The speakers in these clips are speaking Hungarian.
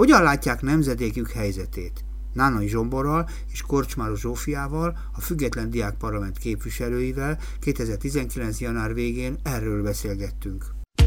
Hogyan látják nemzedékük helyzetét? Nánai Zsomborral és Korcsmáros Zsófiával, a Független Diák Parlament képviselőivel 2019. január végén erről beszélgettünk.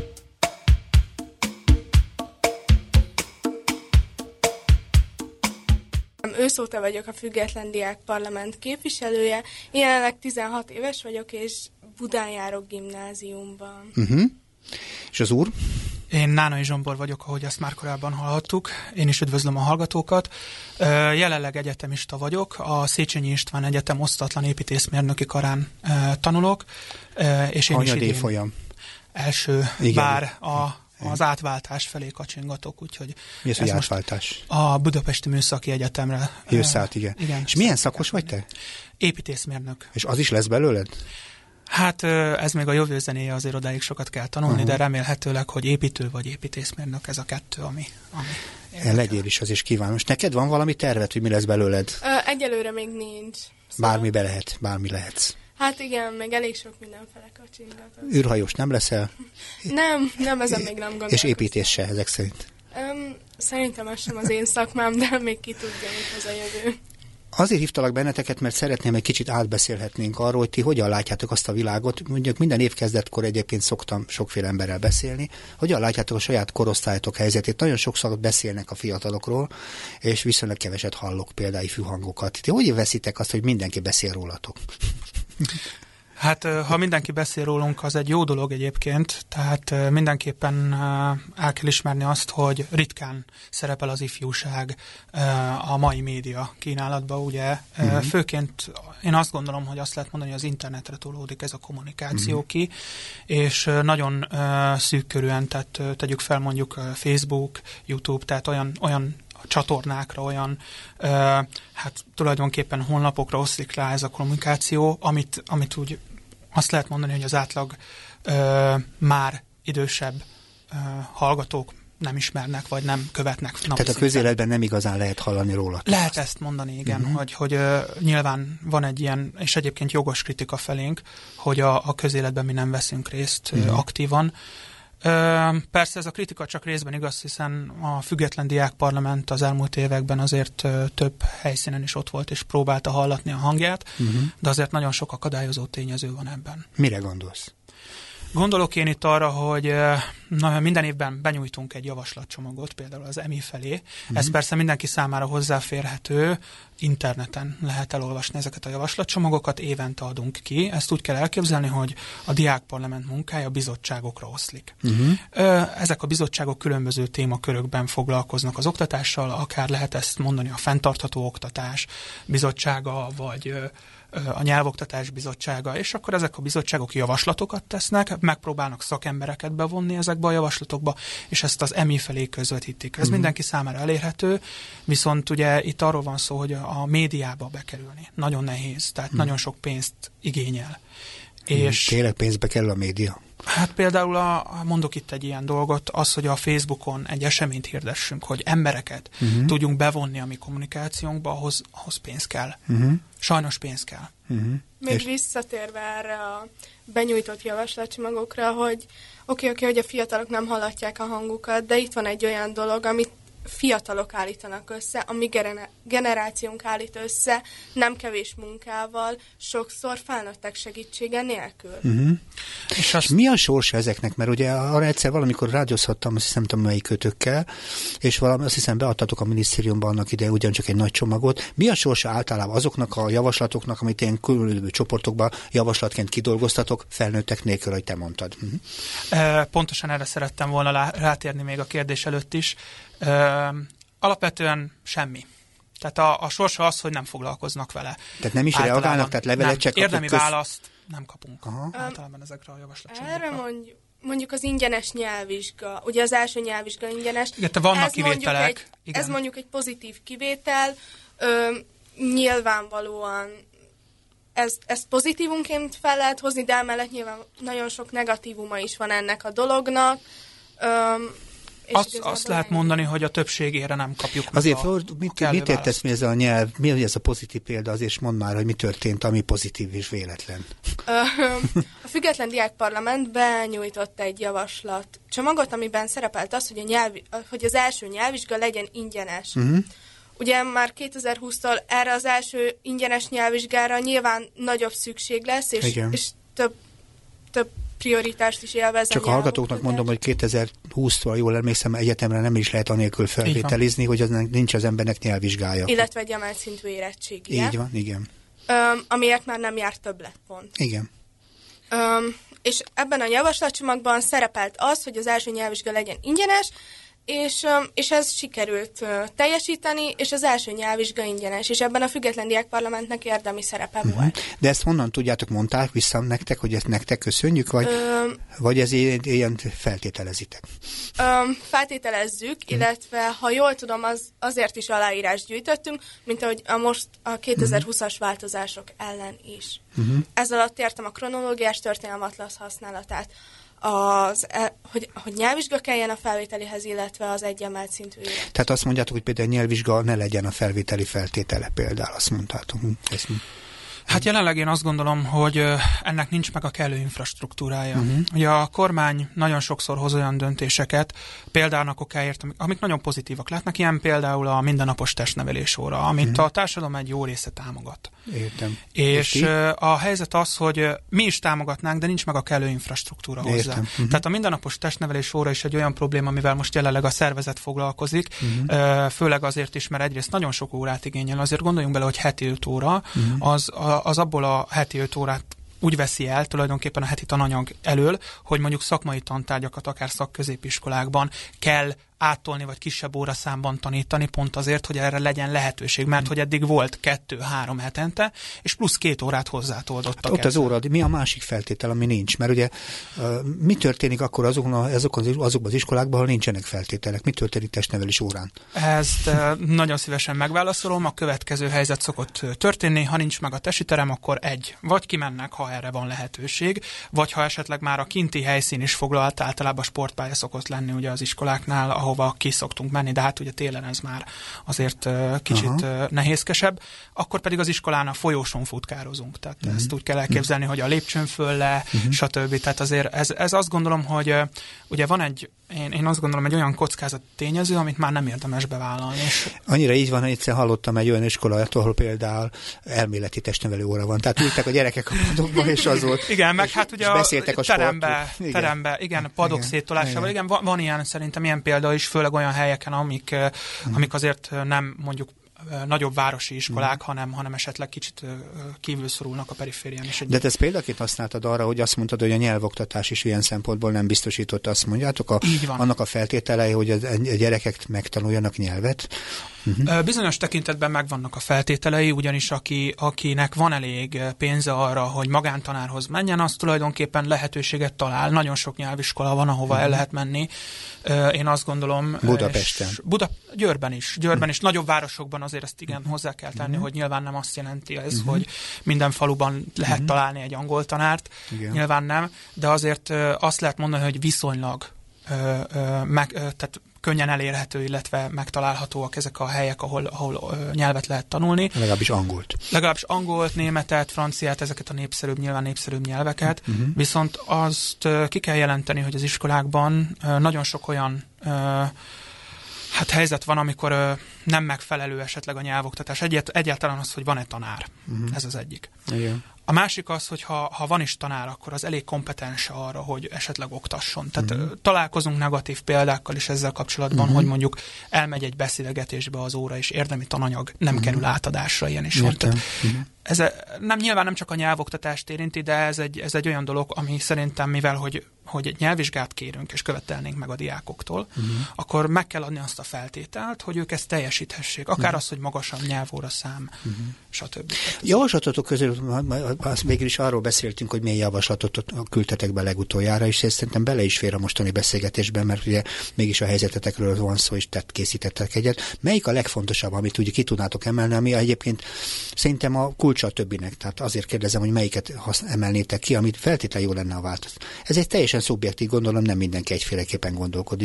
Őszóta vagyok a Független Diák Parlament képviselője, jelenleg 16 éves vagyok, és Budán járok gimnáziumban. És az úr? Én Nánai Zsombor vagyok, ahogy ezt már korábban hallhattuk. Én is üdvözlöm a hallgatókat. Jelenleg egyetemista vagyok. A Széchenyi István Egyetem osztatlan építészmérnöki karán tanulok. És én Hanyadév folyam? Első, igen. Bár az átváltás felé kacsingatok, úgyhogy... Mi az, hogy átváltás? A Budapesti Műszaki Egyetemre. Jössz át, igen. És milyen szakos vagy te? Építészmérnök. És az is lesz belőled? Hát ez még a jövő zenéje, azért odáig sokat kell tanulni, de remélhetőleg, hogy építő vagy építészmérnök, ez a kettő, ami legyél is, az is kívános. Neked van valami tervet, hogy mi lesz belőled? Egyelőre még nincs. Szóval... bármi lehetsz. Hát igen, még elég sok mindenfele kacsingatok. Űrhajós nem leszel? Nem, ezen még nem gondolkozom. És építés se, ezek szerint? Szerintem ez sem az én szakmám, de még ki tudja, mit az a jövő. Azért hívtalak benneteket, mert szeretném, egy kicsit átbeszélhetnénk arról, hogy ti hogyan látjátok azt a világot. Mondjuk minden évkezdetkor egyébként szoktam sokféle emberrel beszélni. Hogyan látjátok a saját korosztályatok helyzetét? Nagyon sokszor beszélnek a fiatalokról, és viszonylag keveset hallok például fűhangokat. Ti hogy veszitek azt, hogy mindenki beszél rólatok? Hát, ha mindenki beszél rólunk, az egy jó dolog egyébként, tehát mindenképpen el kell ismerni azt, hogy ritkán szerepel az ifjúság a mai média kínálatban, ugye. Főként én azt gondolom, hogy azt lehet mondani, hogy az internetre tolódik ez a kommunikáció ki, és nagyon szűk körűen, tehát tegyük fel mondjuk Facebook, YouTube, tehát olyan csatornákra, olyan hát tulajdonképpen honlapokra oszlik rá ez a kommunikáció, amit úgy azt lehet mondani, hogy az átlag már idősebb hallgatók nem ismernek, vagy nem követnek. Tehát a közéletben nem igazán lehet hallani róla. Lehet ezt mondani, igen, hogy nyilván van egy ilyen, és egyébként jogos kritika felénk, hogy a közéletben mi nem veszünk részt aktívan. Persze ez a kritika csak részben igaz, hiszen a Független Diák Parlament az elmúlt években azért több helyszínen is ott volt, és próbálta hallatni a hangját, de azért nagyon sok akadályozó tényező van ebben. Mire gondolsz? Gondolok én itt arra, hogy minden évben benyújtunk egy javaslatcsomagot, például az EMI felé. Ez persze mindenki számára hozzáférhető, interneten lehet elolvasni ezeket a javaslatcsomagokat, évente adunk ki. Ezt úgy kell elképzelni, hogy a diákparlament munkája bizottságokra oszlik. Ezek a bizottságok különböző témakörökben foglalkoznak az oktatással, akár lehet ezt mondani a fenntartható oktatás bizottsága, vagy a nyelvoktatás bizottsága, és akkor ezek a bizottságok javaslatokat tesznek, megpróbálnak szakembereket bevonni ezekbe a javaslatokba, és ezt az EMI felé közvetítik. Ez mindenki számára elérhető, viszont ugye itt arról van szó, hogy a médiába bekerülni nagyon nehéz, tehát nagyon sok pénzt igényel. És tényleg pénzbe kerül a média? Hát például mondok itt egy ilyen dolgot, az, hogy a Facebookon egy eseményt hirdessünk, hogy embereket tudjunk bevonni a mi kommunikációnkba, ahhoz pénz kell. Sajnos pénz kell. Még visszatérve erre a benyújtott javaslatcsomagokra, hogy oké, hogy a fiatalok nem hallatják a hangukat, de itt van egy olyan dolog, amit fiatalok állítanak össze, a mi generációnk állít össze, nem kevés munkával, sokszor felnőttek segítsége nélkül. És mi a sorsa ezeknek? Mert ugye arra egyszer valamikor rádiózhattam, azt hiszem, tudom, melyik kötökkel, és azt hiszem beadtatok a minisztériumban annak idején ugyancsak egy nagy csomagot. Mi a sorsa általában azoknak a javaslatoknak, amit ilyen különböző csoportokban javaslatként kidolgoztatok, felnőttek nélkül, ahogy te mondtad? Pontosan erre szerettem volna rátérni még a kérdés előtt is. Alapvetően semmi. Tehát a sorsa az, hogy nem foglalkoznak vele. Tehát nem is reagálnak, tehát levelet csak érdemi választ nem kapunk általában ezekre a javaslatcsomagokra. Erre mondjuk az ingyenes nyelvvizsga. Ugye az első nyelvvizsga ingyenes. Igen, vannak kivételek. Ez mondjuk egy pozitív kivétel. Nyilvánvalóan ezt pozitívunként fel lehet hozni, de emellett nyilván nagyon sok negatívuma is van ennek a dolognak. Azt lehet mondani, hogy a többségére nem kapjuk meg azért mit értesz mi ez a nyelv, mi ez a pozitív példa, azért mondd már, hogy mi történt, ami pozitív és véletlen. A Független Diákparlament benyújtott egy javaslat csomagot, amiben szerepelt az, hogy az első nyelvvizsga legyen ingyenes. Ugye már 2020-tól erre az első ingyenes nyelvvizsgára nyilván nagyobb szükség lesz, és több prioritást is élvez. Csak a hallgatóknak mondom, hogy 2020-tól, jól emlékszem, egyetemre nem is lehet anélkül felvételizni, hogy az nincs az embernek nyelvvizsgája. Illetve egy emelt szintű érettségije. Így van, igen. Amiért már nem jár többletpont. Igen. És ebben a javaslatcsomagban szerepelt az, hogy az első nyelvvizsga legyen ingyenes, és ez sikerült teljesíteni, és az első nyelvvizsga ingyenes, és ebben a Független Diákparlamentnek érdemi szerepe volt. De ezt honnan tudjátok, mondták vissza nektek, hogy ezt nektek köszönjük, vagy ez ilyen feltételezitek? Feltételezzük, illetve ha jól tudom, azért is aláírást gyűjtöttünk, mint ahogy most a 2020-as változások ellen is. Ez alatt értem a kronológiás történelmatlasz használatát, hogy nyelvvizsga kelljen a felvételihez, illetve az egy emelt szintű élet. Tehát azt mondjátok, hogy például nyelvvizsga ne legyen a felvételi feltétele, például azt mondtátok. Hát jelenleg én azt gondolom, hogy ennek nincs meg a kellő infrastruktúrája. Ugye a kormány nagyon sokszor hoz olyan döntéseket, példának okáért, amik nagyon pozitívak lehetnek, ilyen például a mindennapos testnevelés óra, amit a társadalom egy jó része támogat. Értem. És a helyzet az, hogy mi is támogatnánk, de nincs meg a kellő infrastruktúra hozzá. Tehát a mindennapos testnevelés óra is egy olyan probléma, amivel most jelenleg a szervezet foglalkozik, főleg azért is, mert egyrészt nagyon sok órát igényel, azért gondoljunk bele, hogy heti 5 óra, az abból a heti 5 órát úgy veszi el tulajdonképpen a heti tananyag elől, hogy mondjuk szakmai tantárgyakat, akár szakközépiskolákban kell áttolni, vagy kisebb óraszámban tanítani, pont azért, hogy erre legyen lehetőség, mert hogy eddig volt 2-3 hetente, és plusz 2 órát hozzátoldottak. Ott az óra, mi a másik feltétel, ami nincs? Mert ugye mi történik akkor azokban az iskolákban, ahol nincsenek feltételek? Mi történik testnevelés órán? Ezt nagyon szívesen megválaszolom. A következő helyzet szokott történni, ha nincs meg a tesiterem, akkor vagy kimennek, ha erre van lehetőség, vagy ha esetleg már a kinti helyszín is foglalt, általában sportpálya szokott lenni ugye az iskoláknál, ahova ki szoktunk menni, de hát ugye télen ez már azért kicsit nehézkesebb, akkor pedig az iskolán a folyóson futkározunk. Tehát ezt úgy kell elképzelni, hogy a lépcsőn föl le, stb. Tehát azért ez azt gondolom, hogy ugye van én azt gondolom, egy olyan kockázat tényező, amit már nem érdemes bevállalni. És annyira így van, hogy egyszer hallottam egy olyan iskolát, ahol például elméleti testnevelő óra van. Tehát ültek a gyerekek a padokban, és az volt. Igen, meg hát ugye a terembe, igen, padok széttolásával. Igen, van ilyen, szerintem ilyen példa is, főleg olyan helyeken, amik azért nem mondjuk nagyobb városi iskolák, hanem esetleg kicsit kívül szorulnak a periférián is. De te ezt példaként használtad arra, hogy azt mondtad, hogy a nyelvoktatás is ilyen szempontból nem biztosított, azt mondjátok, annak a feltételei, hogy a gyerekek megtanuljanak nyelvet? Bizonyos tekintetben megvannak a feltételei, ugyanis akinek van elég pénze arra, hogy magántanárhoz menjen, az tulajdonképpen lehetőséget talál. Nagyon sok nyelviskola van, ahova el lehet menni. Én azt gondolom... Budapesten. Győrben is. Nagyobb városokban azért ezt igen hozzá kell tenni, hogy nyilván nem azt jelenti ez, hogy minden faluban lehet találni egy angol tanárt. Nyilván nem, de azért azt lehet mondani, hogy viszonylag tehát könnyen elérhető, illetve megtalálhatóak ezek a helyek, ahol nyelvet lehet tanulni. Legalábbis angolt, németet, franciát, ezeket a nyilván népszerűbb nyelveket. Viszont azt ki kell jelenteni, hogy az iskolákban nagyon sok olyan helyzet van, amikor nem megfelelő esetleg a nyelvoktatás. Egyáltalán az, hogy van-e tanár. Ez az egyik. Igen. A másik az, hogy ha van is tanár, akkor az elég kompetens arra, hogy esetleg oktasson. Tehát találkozunk negatív példákkal is ezzel kapcsolatban, hogy mondjuk elmegy egy beszélgetésbe az óra, és érdemi tananyag nem kerül átadásra, ilyen is van. Ez nyilván nem csak a nyelvoktatást érinti, de ez egy olyan dolog, ami szerintem, mivel hogy egy nyelvvizsgát kérünk, és követelnénk meg a diákoktól, akkor meg kell adni azt a feltételt, hogy ők ezt teljesíthessék. Akár az, hogy magasabb nyelvóraszám, stb. Javaslatotok közül, végül is arról beszéltünk, hogy milyen javaslatot küldtetek be legutoljára, és szerintem bele is fér a mostani beszélgetésben, mert ugye mégis a helyzetetekről van szó, és készítettek egyet. Melyik a legfontosabb, amit ugye ki tudnátok emelni, ami egyébként szerintem a kulcsa a többinek, tehát azért kérdezem, hogy melyiket emelnétek ki, amit feltétlenül jó lenne a változat. Ez egy teljesen szubjektív, gondolom, nem mindenki egyféleképpen gondolkodik.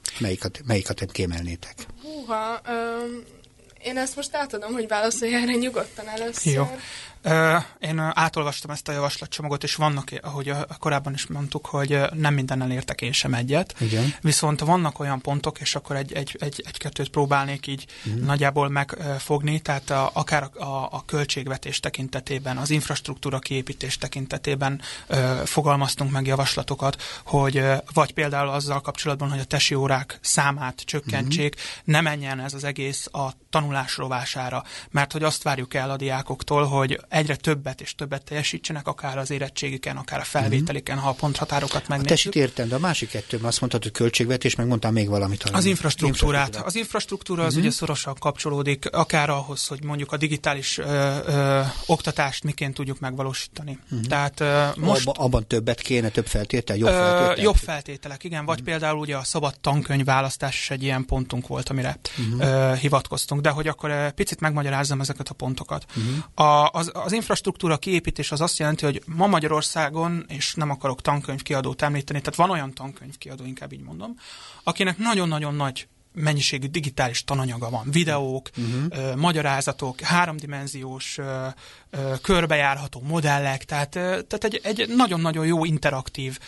Melyiket kiemelnétek? Húha, én ezt most átadom, hogy válaszolj erre nyugodtan először. Jó. Én átolvastam ezt a javaslatcsomagot, és vannak, ahogy korábban is mondtuk, hogy nem mindennel értek én sem egyet. Igen. Viszont vannak olyan pontok, és akkor egy-kettőt próbálnék így nagyjából megfogni, tehát akár a költségvetés tekintetében, az infrastruktúra kiépítés tekintetében fogalmaztunk meg javaslatokat, hogy vagy például azzal kapcsolatban, hogy a tesi órák számát csökkentsék, ne menjen ez az egész a tanulás rovására, mert hogy azt várjuk el a diákoktól, hogy egyre többet és többet teljesítsenek, akár az érettségiken, akár a felvételiken, ha a ponthatárokat megnézzük. A tesit értem, de a másik kettőben azt mondtad, hogy költségvetés, meg mondtál még valamit. Az infrastruktúrát. Az infrastruktúra az ugye szorosan kapcsolódik, akár ahhoz, hogy mondjuk a digitális oktatást miként tudjuk megvalósítani. Tehát most... Abban többet kéne, több feltétel, jobb feltételek, igen. Vagy például ugye a szabad tankönyvválasztás is egy ilyen pontunk volt, amire hivatkoztunk. De hogy akkor picit megmagyarázzam ezeket a pontokat. Az infrastruktúra kiépítés az azt jelenti, hogy ma Magyarországon, és nem akarok tankönyvkiadót említeni, tehát van olyan tankönyvkiadó, inkább így mondom, akinek nagyon-nagyon nagy mennyiségű digitális tananyaga van, videók, magyarázatok, háromdimenziós, körbejárható modellek, tehát egy nagyon-nagyon jó interaktív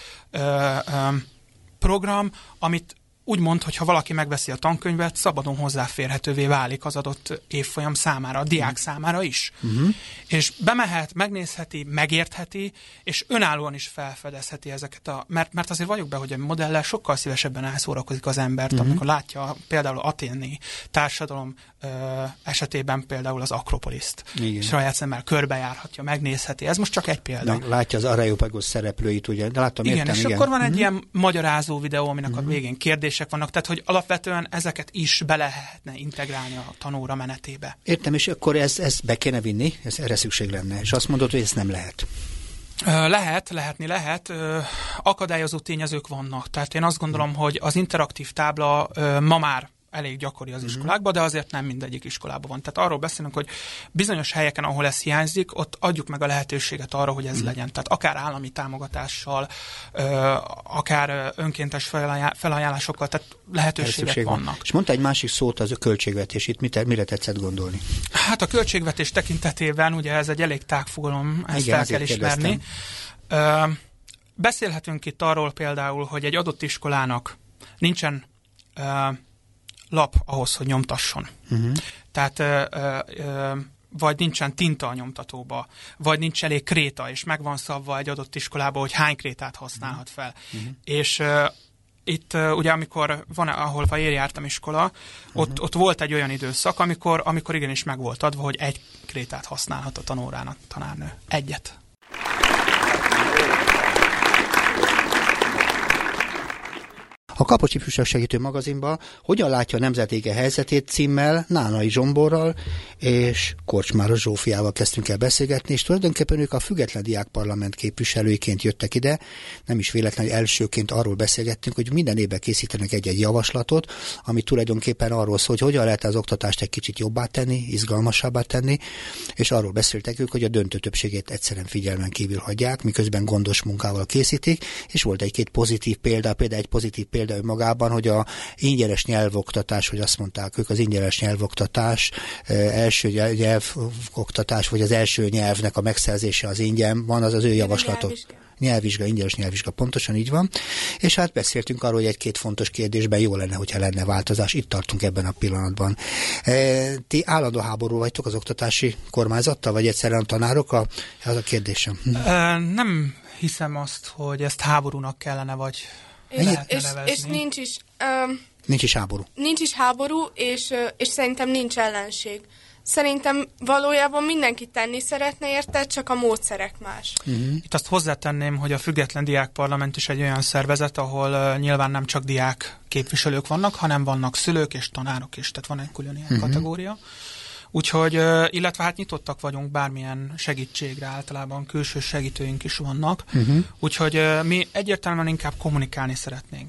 program, amit úgymond, hogyha valaki megveszi a tankönyvet, szabadon hozzáférhetővé válik az adott évfolyam számára, a diák számára is. És bemehet, megnézheti, megértheti, és önállóan is felfedezheti ezeket mert azért valljuk be, hogy a modellel sokkal szívesebben elszórakozik az embert, amikor látja például aténi társadalom esetében például az Akropoliszt. És saját szemmel körbejárhatja, megnézheti. Ez most csak egy példa. Látja az Areopagos szereplőit, ugye? De láttam, igen, értem, és akkor van egy ilyen magyarázó videó, aminek a végén kérdések vannak, tehát hogy alapvetően ezeket is be lehetne integrálni a tanóra menetébe. Értem, és akkor ezt be kéne vinni, erre szükség lenne, és azt mondod, hogy ez nem lehet. Lehet. Akadályozó tényezők vannak. Tehát én azt gondolom, hogy az interaktív tábla ma már elég gyakori az iskolákban, de azért nem mindegyik iskolában van. Tehát arról beszélünk, hogy bizonyos helyeken, ahol ez hiányzik, ott adjuk meg a lehetőséget arra, hogy ez legyen. Tehát akár állami támogatással, akár önkéntes felajánlásokkal, tehát lehetőségek vannak. És mondta egy másik szót, az a költségvetés. Itt mire tetszett gondolni? Hát a költségvetés tekintetében, ugye ez egy elég tágfogalom, ezt fel kell ismerni. Beszélhetünk itt arról például, hogy egy adott iskolának nincsen lap ahhoz, hogy nyomtasson. Tehát vagy nincsen tinta a nyomtatóba, vagy nincs elég kréta, és meg van szabva egy adott iskolába, hogy hány krétát használhat fel. És itt ugye amikor ahol én jártam iskola, ott volt egy olyan időszak, amikor igenis meg volt adva, hogy egy krétát használhat a tanórán a tanárnő. Egyet. A Kapocsi Ifjúság Segítő magazinban hogyan látja a nemzetége helyzetét címmel Nánai Zsomborral és Korcsmáros Zsófiával kezdtünk el beszélgetni, és tulajdonképpen ők a Független Diákparlament képviselőiként jöttek ide. Nem is véletlen, hogy elsőként arról beszélgettünk, hogy minden évben készítenek egy-egy javaslatot, ami tulajdonképpen arról szól, hogy hogyan lehet az oktatást egy kicsit jobbá tenni, izgalmasabbá tenni, és arról beszéltek ők, hogy a döntő többségét egyszerűen figyelmen kívül hagyják, miközben gondos munkával készítik, és volt egy-két pozitív példa, például egy pozitív példa magában, hogy a ingyenes nyelvoktatás, hogy azt mondták ők, az ingyenes nyelvoktatás, első nyelvoktatás, vagy az első nyelvnek a megszerzése az ingyen van, az ő javaslatok. Nyelvvizsga, ingyenes nyelvvizsga, pontosan így van. És hát beszéltünk arról, hogy egy-két fontos kérdésben jó lenne, hogyha lenne változás. Itt tartunk ebben a pillanatban. Ti állandó háború vagytok az oktatási kormányzattal, vagy egyszerűen a tanárok? Ez a kérdésem. Nem hiszem azt, hogy ezt háborúnak kellene, vagy és nincs is... Nincs is háború. Nincs is háború, és szerintem nincs ellenség. Szerintem valójában mindenki tenni szeretne érte, csak a módszerek más. Itt azt hozzátenném, hogy a Független Diákparlament is egy olyan szervezet, ahol nyilván nem csak diák képviselők vannak, hanem vannak szülők és tanárok is, tehát van egy külön ilyen kategória. Úgyhogy, illetve hát nyitottak vagyunk bármilyen segítségre, általában külső segítőink is vannak, úgyhogy mi egyértelműen inkább kommunikálni szeretnénk.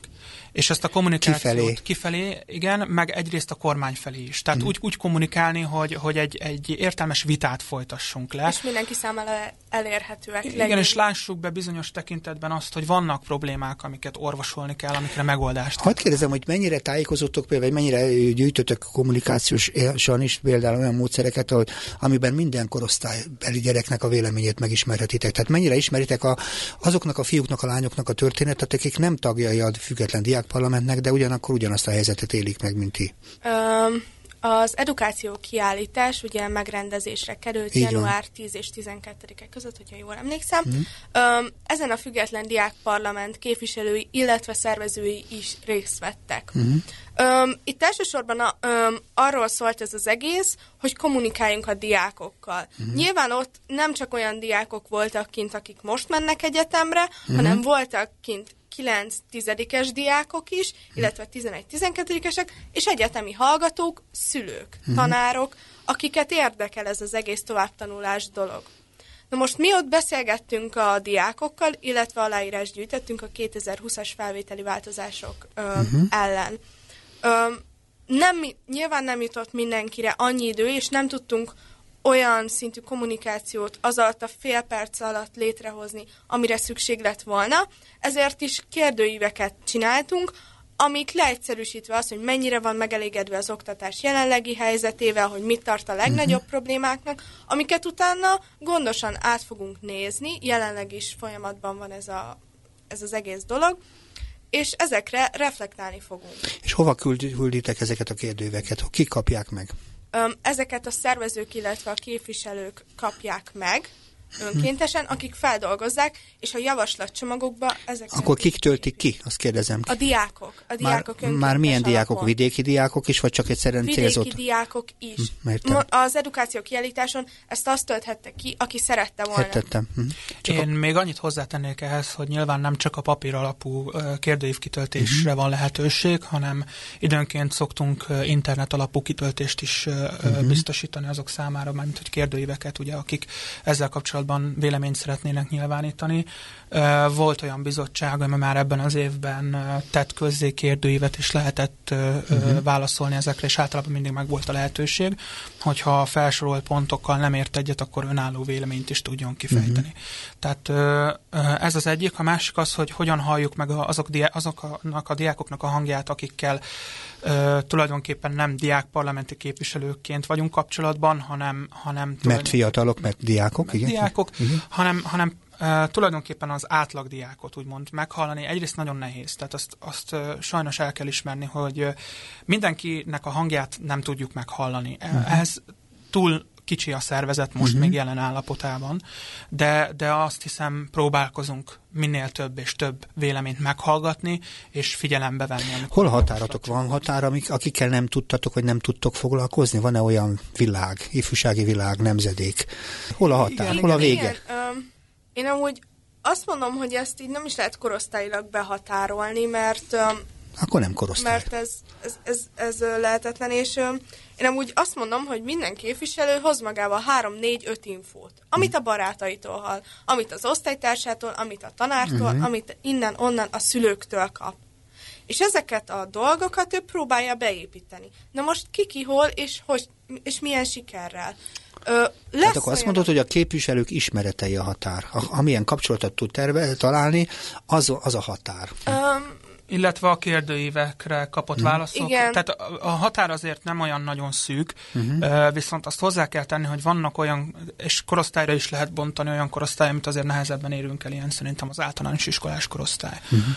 És ezt a kommunikációt kifelé, igen, meg egyrészt a kormány felé is. Tehát úgy kommunikálni, hogy egy értelmes vitát folytassunk le. És mindenki számára elérhetőek legyen. Igen, és lássuk be bizonyos tekintetben azt, hogy vannak problémák, amiket orvosolni kell, amikre megoldást. Hadd kérdezem, hogy mennyire tájékozottok például, vagy mennyire gyűjtötök kommunikációsan is például olyan módszereket, amiben minden korosztálybeli gyereknek a véleményét megismerhetitek. Tehát mennyire ismeritek azoknak a fiúknak, a lányoknak a történetet, akik nem tagjai a független diákparlamentnek, de ugyanakkor ugyanazt a helyzetet élik meg, mint ti? Az edukáció kiállítás ugye megrendezésre került január 10 és 12-e között, hogyha jól emlékszem. Ezen a független diákparlament képviselői, illetve szervezői is részt vettek. Itt elsősorban arról szólt ez az egész, hogy kommunikáljunk a diákokkal. Nyilván ott nem csak olyan diákok voltak kint, akik most mennek egyetemre, hanem voltak kint 9-10-es diákok is, illetve 11-12-esek, és egyetemi hallgatók, szülők, tanárok, akiket érdekel ez az egész továbbtanulás dolog. Na most mi ott beszélgettünk a diákokkal, illetve aláírást gyűjtöttünk a 2020-as felvételi változások ellen. Nyilván nem jutott mindenkire annyi idő, és nem tudtunk olyan szintű kommunikációt az alatt a fél perc alatt létrehozni, amire szükség lett volna, ezért is kérdőíveket csináltunk, amik leegyszerűsítve az, hogy mennyire van megelégedve az oktatás jelenlegi helyzetével, hogy mit tart a legnagyobb problémáknak, amiket utána gondosan át fogunk nézni, jelenleg is folyamatban van ez az egész dolog, és ezekre reflektálni fogunk. És hova külditek ezeket a kérdőíveket? Kik kapják meg? Ezeket a szervezők, illetve a képviselők kapják meg önkéntesen, akik feldolgozzák, és a javaslatcsomagokba ezeket... Akkor kik töltik ki? Azt kérdezem. A diákok. Már milyen diákok? Alapon. Vidéki diákok is, vagy csak egyszerűen célzott? Vidéki diákok is. Az edukáció kiállításon ezt azt tölthette ki, aki szerette volna. Értettem. Én még annyit hozzátennék ehhez, hogy nyilván nem csak a papír alapú kérdőív kitöltésre van lehetőség, hanem időnként szoktunk internet alapú kitöltést is biztosítani azok számára, mármint hogy kérdőíveket, ugye, akik ezzel kapcsolatban véleményt szeretnének nyilvánítani. Volt olyan bizottság, ami már ebben az évben tett közzé kérdőívet, és lehetett válaszolni ezekre, és általában mindig meg volt a lehetőség, hogyha a felsorolt pontokkal nem ért egyet, akkor önálló véleményt is tudjon kifejteni. Tehát ez az egyik. A másik az, hogy hogyan halljuk meg azoknak a diákoknak a hangját, akikkel tulajdonképpen nem diákparlamenti képviselőként vagyunk kapcsolatban, hanem mert fiatalok, mert diákok, igen? Diákok, hanem tulajdonképpen az átlagdiákot úgymond meghallani egyrészt nagyon nehéz. Tehát azt sajnos el kell ismerni, hogy mindenkinek a hangját nem tudjuk meghallani. Ehhez túl kicsi a szervezet most még jelen állapotában, de azt hiszem próbálkozunk minél több és több véleményt meghallgatni, és figyelembe venni. Hol határatok van? Határ, akikkel nem tudtatok, vagy nem tudtok foglalkozni? Van-e olyan világ, ifjúsági világ, nemzedék? Hol a határ? Igen, hol a vége? Igen. Én amúgy azt mondom, hogy ezt így nem is lehet korosztályilag behatárolni, mert akkor nem korosztály. Mert ez lehetetlen, és én amúgy azt mondom, hogy minden képviselő hoz magával 3-4-5 infót, amit a barátaitól hall, amit az osztálytársától, amit a tanártól, amit innen-onnan a szülőktől kap. És ezeket a dolgokat ő próbálja beépíteni. Na most ki hol, és milyen sikerrel. Tehát akkor azt mondod, hogy a képviselők ismeretei a határ. Amilyen kapcsolatot tud találni, az a határ. Illetve a kérdőívekre kapott válaszok. Igen. Tehát a határ azért nem olyan nagyon szűk, viszont azt hozzá kell tenni, hogy vannak olyan, és korosztályra is lehet bontani olyan korosztály, amit azért nehezebben érünk el, ilyen szerintem az általános iskolás korosztály.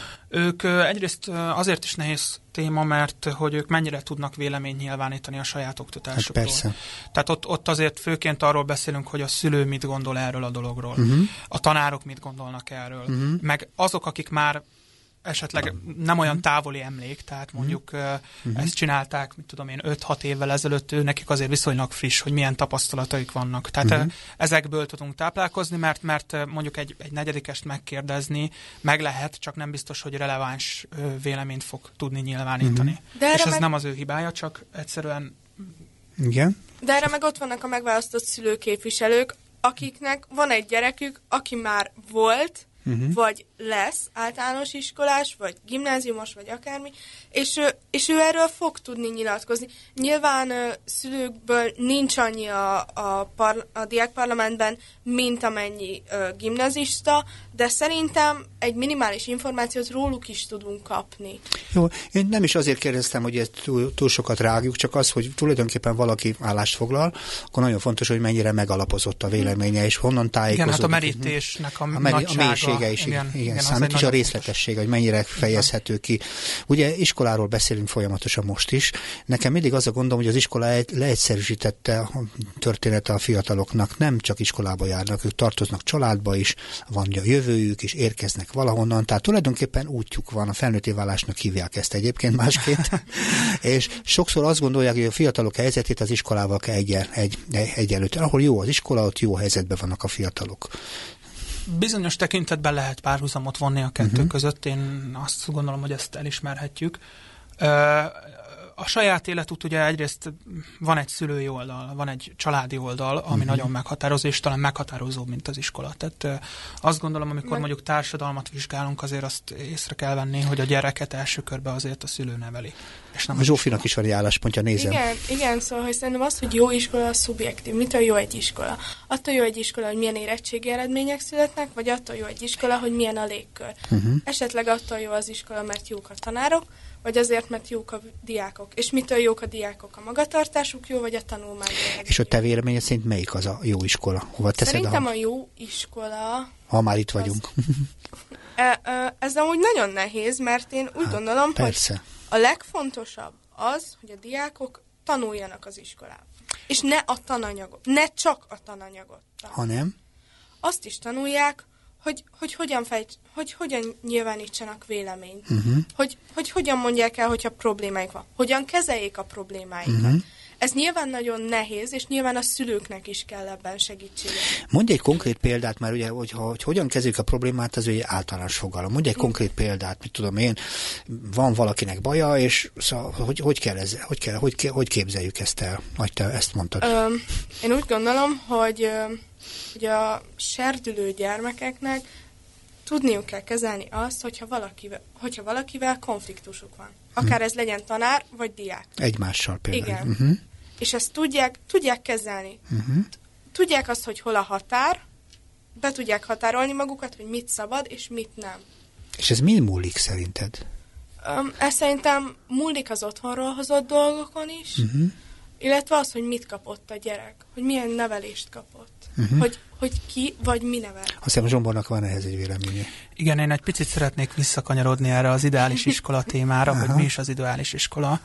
Ők egyrészt azért is nehéz téma, mert hogy ők mennyire tudnak véleményt nyilvánítani a saját oktatásukról. Hát tehát ott azért főként arról beszélünk, hogy a szülő mit gondol erről a dologról, a tanárok mit gondolnak erről, meg azok, akik már esetleg nem olyan távoli emlék, tehát mondjuk ezt csinálták, mit tudom én, 5-6 évvel ezelőtt, nekik azért viszonylag friss, hogy milyen tapasztalataik vannak. Tehát ezekből tudunk táplálkozni, mert mondjuk egy negyedikest megkérdezni meg lehet, csak nem biztos, hogy releváns véleményt fog tudni nyilvánítani. És ez nem az ő hibája, csak egyszerűen... Igen. De erre meg ott vannak a megválasztott szülőképviselők, akiknek van egy gyerekük, aki már volt vagy lesz általános iskolás, vagy gimnáziumos, vagy akármi, és ő erről fog tudni nyilatkozni. Nyilván szülőkből nincs annyi a diákparlamentben, mint amennyi gimnazista, de szerintem egy minimális információt róluk is tudunk kapni. Jó, én nem is azért kérdeztem, hogy ezt túl sokat rágjuk, csak az, hogy tulajdonképpen valaki állást foglal, akkor nagyon fontos, hogy mennyire megalapozott a véleménye, és honnan tájékozódik. Igen, hát a merítésnek a nagysága. A mélysége is, igen számít, és a részletessége, hogy mennyire fejezhető ki. Ugye iskoláról beszélünk folyamatosan most is. Nekem mindig az a gondom, hogy az iskola leegyszerűsítette a története a fiataloknak. Nem csak iskolába járnak, ők tartoznak családba is, van a jövőjük is, érkeznek valahonnan, tehát tulajdonképpen útjuk van, a felnőtté válásnak hívják ezt egyébként másként, és sokszor azt gondolják, hogy a fiatalok helyzetét az iskolával kell egyenlőt. Ahol jó az iskola, ott jó helyzetben vannak a fiatalok. Bizonyos tekintetben lehet párhuzamot vonni a kettő között, én azt gondolom, hogy ezt elismerhetjük. A saját életút ugye egyrészt van egy szülői oldal, van egy családi oldal, ami nagyon meghatározó, és talán meghatározóbb, mint az iskola. Tehát azt gondolom, amikor mondjuk társadalmat vizsgálunk, azért azt észre kell venni, hogy a gyereket első körben azért a szülő neveli. És nem a Zsófinak is van egy álláspontja, nézem. Igen, szóval hogy szerintem az, hogy jó iskola, az szubjektív. Mitől jó egy iskola? Attól jó egy iskola, hogy milyen érettségi eredmények születnek, vagy attól jó egy iskola, hogy milyen a légkör. Esetleg attól jó az iskola, mert jók a tanárok, vagy azért, mert jók a diákok. És mitől jók a diákok? A magatartásuk jó, vagy a tanulmány? És a te véleményed szerint melyik az a jó iskola? Hova teszed? Szerintem a jó iskola... Ha már itt vagyunk. Ez amúgy nagyon nehéz, mert én úgy gondolom, persze, hogy a legfontosabb az, hogy a diákok tanuljanak az iskolában. És ne a tananyagot, ne csak a tananyagot. Hanem? Azt is tanulják, hogy hogyan nyilvánítsanak véleményt. Hogy hogyan mondják el, hogyha problémáik van. Hogyan kezeljék a problémáikat. Ez nyilván nagyon nehéz, és nyilván a szülőknek is kell ebben segítséget. Mondj egy konkrét példát, mert ugye, hogy hogyan kezeljük a problémát, az ugye általános fogalom. Mondj egy konkrét példát, mit tudom én, van valakinek baja, és szóval, hogy képzeljük ezt el, hogy te ezt mondtad? Én úgy gondolom, hogy a serdülő gyermekeknek tudniuk kell kezelni azt, hogyha valakivel konfliktusuk van. Akár ez legyen tanár, vagy diák. Egymással például. Igen. És ezt tudják kezelni. Tudják azt, hogy hol a határ, be tudják határolni magukat, hogy mit szabad, és mit nem. És ez mi múlik szerinted? Ez szerintem múlik az otthonról hozott dolgokon is, illetve az, hogy mit kapott a gyerek, hogy milyen nevelést kapott. Hogy ki vagy mi nevel. Azt hiszem, Zsombornak van ehhez egy véleménye. Igen, én egy picit szeretnék visszakanyarodni erre az ideális iskola témára, hogy mi is az ideális iskola.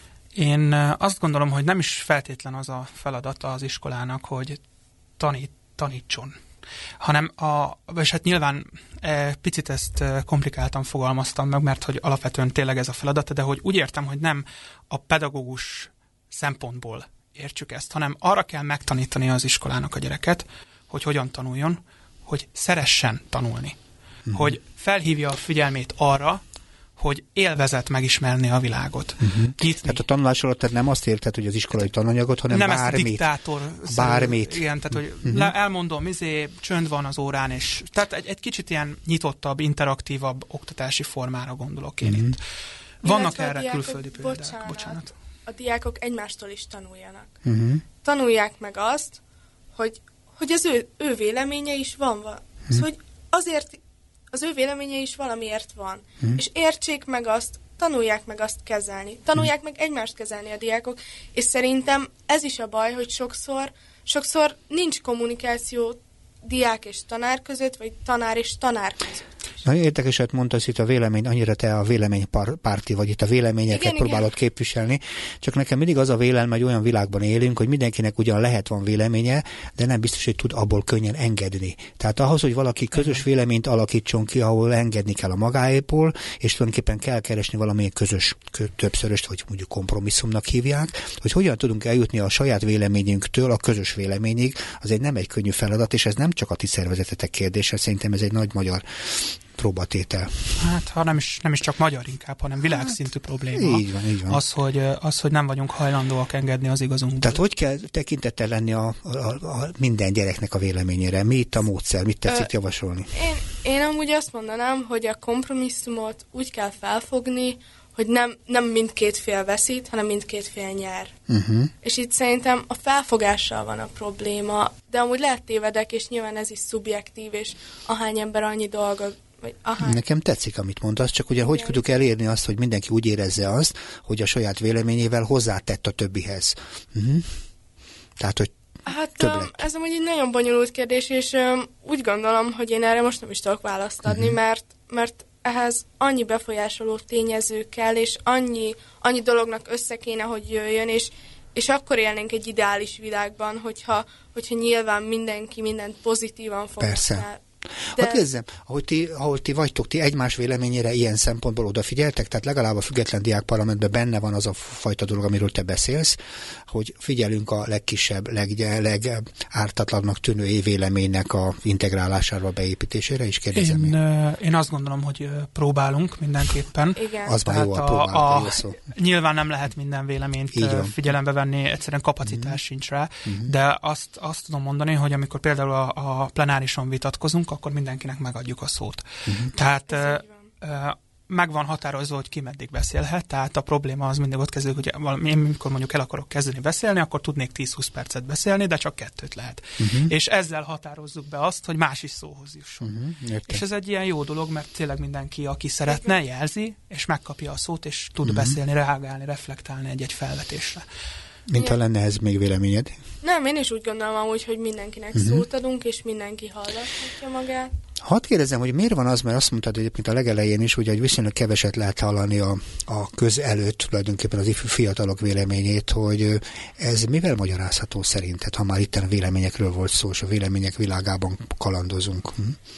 Én azt gondolom, hogy nem is feltétlen az a feladata az iskolának, hogy tanítson, hanem és hát nyilván picit ezt komplikáltan fogalmaztam meg, mert hogy alapvetően tényleg ez a feladata, de hogy úgy értem, hogy nem a pedagógus szempontból értsük ezt, hanem arra kell megtanítani az iskolának a gyereket, hogy hogyan tanuljon, hogy szeressen tanulni. Hogy felhívja a figyelmét arra, hogy élvezet megismerni a világot. Tehát a tanulás alatt nem azt érted, hogy az iskolai tananyagot, hanem nem bármit. Nem ezt diktátor. Bármit. Igen, tehát hogy elmondom, csönd van az órán, és tehát egy kicsit ilyen nyitottabb, interaktívabb oktatási formára gondolok én itt. Vannak erre külföldi példák. Bocsánat. A diákok egymástól is tanuljanak. Tanulják meg azt, hogy az ő véleménye is van. Hogy azért az ő véleménye is valamiért van. És értsék meg azt, tanulják meg azt kezelni. Tanulják meg egymást kezelni a diákok, és szerintem ez is a baj, hogy sokszor nincs kommunikáció diák és tanár között, vagy tanár és tanár között. Nagyon érdekeset mondtasz itt a vélemény, annyira te a véleménypárti vagy, itt a véleményeket próbálod képviselni, csak nekem mindig az a vélelme, hogy olyan világban élünk, hogy mindenkinek ugyan van véleménye, de nem biztos, hogy tud abból könnyen engedni. Tehát ahhoz, hogy valaki közös véleményt alakítson ki, ahol engedni kell a magáéból, és tulajdonképpen kell keresni valamilyen közös többszöröst, vagy mondjuk kompromisszumnak hívják, hogy hogyan tudunk eljutni a saját véleményünktől a közös véleményig, az egy nem egy könnyű feladat, és ez nem csak a ti szervezetetek kérdése, szerintem ez egy nagy magyar próbatétel. Hát, ha nem is csak magyar inkább, hanem világszintű probléma. Így van. Az, hogy nem vagyunk hajlandóak engedni az igazunkból. Tehát hogy kell tekintettel lenni a minden gyereknek a véleményére? Mi itt a módszer? Mit tetszik javasolni? Én amúgy azt mondanám, hogy a kompromisszumot úgy kell felfogni, hogy nem mindkét fél veszít, hanem mindkét fél nyer. És itt szerintem a felfogással van a probléma, de amúgy lehet tévedek, és nyilván ez is szubjektív, és ahány ember annyi dolgot. Nekem tetszik, amit mondasz, csak ugye hogy tudjuk elérni azt, hogy mindenki úgy érezze azt, hogy a saját véleményével hozzátett a többihez. Tehát, hogy ez amúgy egy nagyon bonyolult kérdés, és úgy gondolom, hogy én erre most nem is tudok választ adni, mert ehhez annyi befolyásoló tényező kell, és annyi dolognak össze kéne, hogy jöjjön, és akkor élnénk egy ideális világban, hogyha nyilván mindenki mindent pozitívan fog. Persze. Hát nézzem, ahogy ti vagytok, ti egymás véleményére ilyen szempontból odafigyeltek, tehát legalább a Független Diákparlamentben benne van az a fajta dolog, amiről te beszélsz, hogy figyelünk a legkisebb, legártatlannak tűnő véleménynek a integrálására, beépítésére is, kérdezem én azt gondolom, hogy próbálunk mindenképpen. Igen. Az már jó a próbálni. Nyilván nem lehet minden véleményt figyelembe venni, egyszerűen kapacitás sincs rá, de azt tudom mondani, hogy amikor például a plenárison vitatkozunk, akkor mindenkinek megadjuk a szót. Tehát meg van határozva, hogy ki meddig beszélhet, tehát a probléma az mindig ott kezdődik, hogy én mikor mondjuk el akarok kezdeni beszélni, akkor tudnék 10-20 percet beszélni, de csak 2 lehet. És ezzel határozzuk be azt, hogy más is szóhoz jusson. És ez egy ilyen jó dolog, mert tényleg mindenki, aki szeretne, jelzi, és megkapja a szót, és tud beszélni, reagálni, reflektálni egy-egy felvetésre. Mint ha lenne ez még véleményed? Nem, én is úgy gondolom amúgy, hogy mindenkinek szót adunk, és mindenki hallathatja magát. Hadd kérdezzem, hogy miért van az, mert azt mondtad egyébként a legelején is, hogy viszonylag keveset lehet hallani a köz előtt, tulajdonképpen az fiatalok véleményét, hogy ez mivel magyarázható szerinted, ha már itt a véleményekről volt szó, és a vélemények világában kalandozunk?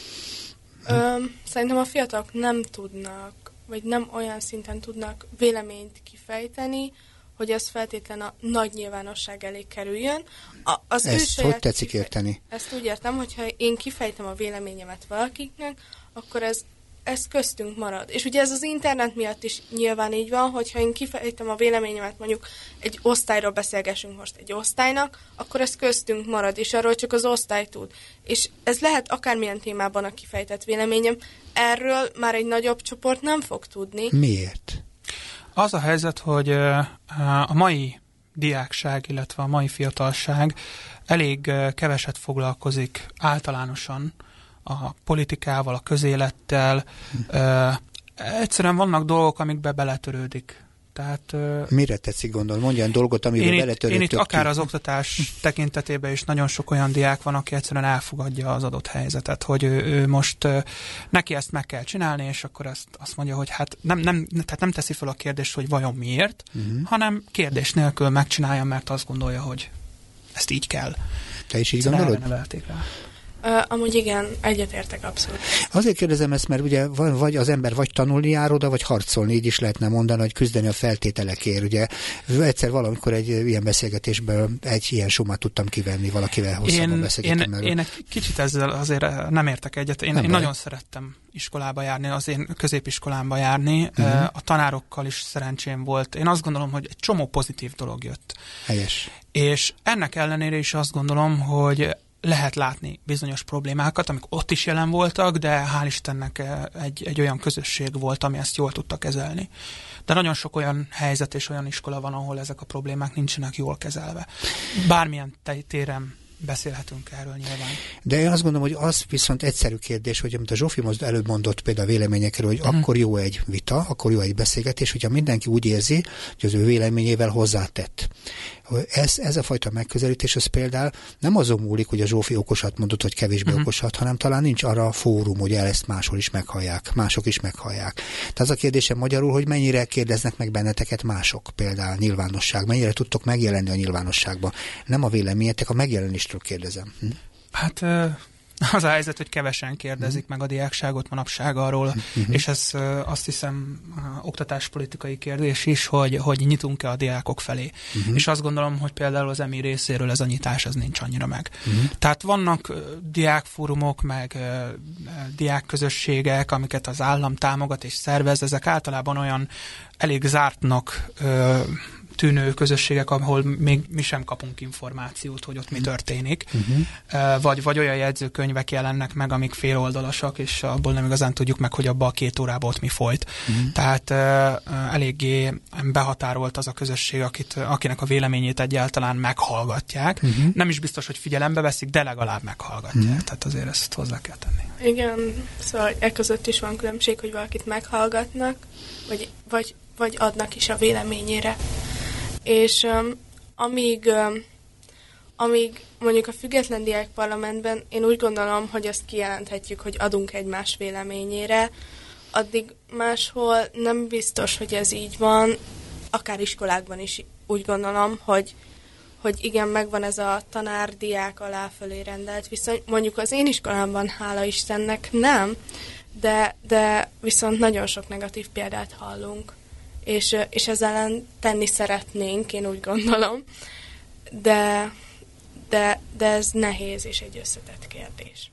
Szerintem a fiatalok nem tudnak, vagy nem olyan szinten tudnak véleményt kifejteni, hogy az feltétlen a nagy nyilvánosság elé kerüljön. Ezt hogy tetszik érteni? Ezt úgy értem, hogyha én kifejtem a véleményemet valakiknek, akkor ez köztünk marad. És ugye ez az internet miatt is nyilván így van, hogyha én kifejtem a véleményemet, mondjuk egy osztályról beszélgessünk most egy osztálynak, akkor ez köztünk marad, és arról csak az osztály tud. És ez lehet akármilyen témában a kifejtett véleményem. Erről már egy nagyobb csoport nem fog tudni. Miért? Az a helyzet, hogy a mai diákság, illetve a mai fiatalság elég keveset foglalkozik általánosan a politikával, a közélettel. Egyszerűen vannak dolgok, amikbe beletörődik. Tehát, mire tetszik gondolni? Mondj olyan dolgot, amiben beletörődtök. Én itt akár az oktatás tekintetében is nagyon sok olyan diák van, aki egyszerűen elfogadja az adott helyzetet, hogy ő most neki ezt meg kell csinálni, és akkor azt mondja, hogy hát tehát nem teszi fel a kérdést, hogy vajon miért, hanem kérdés nélkül megcsinálja, mert azt gondolja, hogy ezt így kell. Te is így gondolod? Nevelték rá. Amúgy igen, egyetértek abszolút. Azért kérdezem ezt, mert ugye vagy az ember vagy tanulni jár oda, vagy harcolni, így is lehetne mondani, hogy küzdeni a feltételekért. Ugye egyszer valamikor egy ilyen beszélgetésből egy ilyen sumát tudtam kivenni, valakivel hosszabban beszélgettem erről. Én egy kicsit ezzel azért nem értek egyet. Én nagyon szerettem iskolába járni, az én középiskolámba járni. A tanárokkal is szerencsém volt. Én azt gondolom, hogy egy csomó pozitív dolog jött. Helyes. És ennek ellenére is azt gondolom, hogy lehet látni bizonyos problémákat, amik ott is jelen voltak, de hál' Istennek egy olyan közösség volt, ami ezt jól tudta kezelni. De nagyon sok olyan helyzet és olyan iskola van, ahol ezek a problémák nincsenek jól kezelve. Bármilyen téren beszélhetünk erről nyilván. De én azt gondolom, hogy az viszont egyszerű kérdés, hogy amit a Zsófi most előbb mondott például a véleményekről, hogy akkor jó egy vita, akkor jó egy beszélgetés, hogyha mindenki úgy érzi, hogy az ő véleményével hozzátett. Ez a fajta megközelítés, az például nem azon múlik, hogy a Zsófi okosat mondott, hogy kevésbé okosat, hanem talán nincs arra a fórum, hogy ezt máshol is meghallják, mások is meghallják. Tehát az a kérdésem magyarul, hogy mennyire kérdeznek meg benneteket mások, például nyilvánosság, mennyire tudtok megjelenni a nyilvánosságban. Nem a véleményetek, a megjelenésről kérdezem. Hát az a helyzet, hogy kevesen kérdezik meg a diákságot manapság arról, és ez azt hiszem oktatáspolitikai kérdés is, hogy nyitunk-e a diákok felé. És azt gondolom, hogy például az EMI részéről ez a nyitás az nincs annyira meg. Tehát vannak diákfórumok, meg diákközösségek, amiket az állam támogat és szervez, ezek általában olyan elég zártnak tűnő közösségek, ahol még mi sem kapunk információt, hogy ott mi történik. Vagy olyan jegyzőkönyvek jelennek meg, amik féloldalasak, és abból nem igazán tudjuk meg, hogy abban a 2 órában ott mi folyt. Tehát eléggé behatárolt az a közösség, akinek a véleményét egyáltalán meghallgatják. Nem is biztos, hogy figyelembe veszik, de legalább meghallgatják. Tehát azért ezt hozzá kell tenni. Igen, szóval között is van különbség, hogy valakit meghallgatnak, vagy adnak is a véleményére. És amíg mondjuk a Független Diákparlamentben én úgy gondolom, hogy azt kijelenthetjük, hogy adunk egymás véleményére, addig máshol nem biztos, hogy ez így van, akár iskolákban is úgy gondolom, hogy igen, megvan ez a tanár-diák alá fölé rendelt viszony. Mondjuk az én iskolámban, hála Istennek nem, de viszont nagyon sok negatív példát hallunk. És ezzel ellen tenni szeretnénk, én úgy gondolom, de ez nehéz és egy összetett kérdés.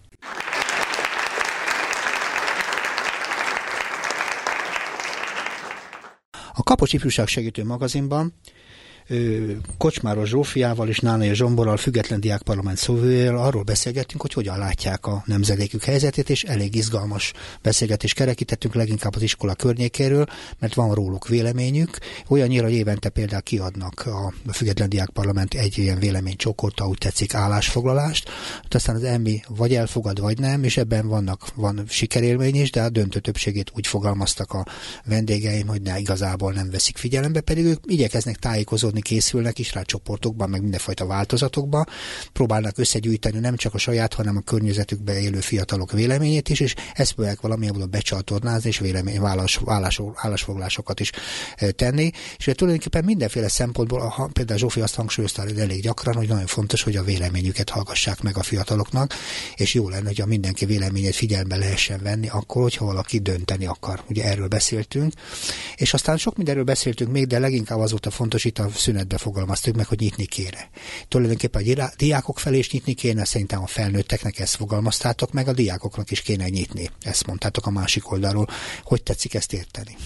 A Kapocs Ifjúság Segítő magazinban Kocsmáros Zsófiával és Nánai Zsomborral, Független Diákparlament szóvivőjével arról beszélgettünk, hogy hogyan látják a nemzedékük helyzetét, és elég izgalmas beszélgetést kerekítettünk leginkább az iskola környékéről, mert van róluk véleményük. Olyannyira, hogy évente például kiadnak a Független Diákparlament egy ilyen véleménycsokorta, úgy tetszik, állásfoglalást, aztán az EMI vagy elfogad, vagy nem, és ebben van sikerélmény is, de a döntő többségét úgy fogalmaztak a vendégeim, hogy igazából nem veszik figyelembe, pedig ők igyekeznek tájékozódni, készülnek is rá csoportokban, meg mindenfajta változatokban, próbálnak összegyűjteni nem csak a saját, hanem a környezetükben élő fiatalok véleményét is, és ezt próbálják valamilyen becsatornázni, és állásfoglalásokat is tenni. És tulajdonképpen mindenféle szempontból, például Zsófi azt hangsúlyozta elég gyakran, hogy nagyon fontos, hogy a véleményüket hallgassák meg a fiataloknak, és jó lenne, hogy a mindenki véleményét figyelembe lehessen venni, akkor, hogyha valaki dönteni akar. Ugye erről beszéltünk. És aztán sok mindenről beszéltünk még, de leginkább az volt a fontos, itt a szünetbe fogalmaztuk meg, hogy nyitni kéne. Tulajdonképpen a diákok felé is nyitni kéne, szerintem a felnőtteknek ezt fogalmaztátok meg, a diákoknak is kéne nyitni. Ezt mondtátok a másik oldalról. Hogy tetszik ezt érteni?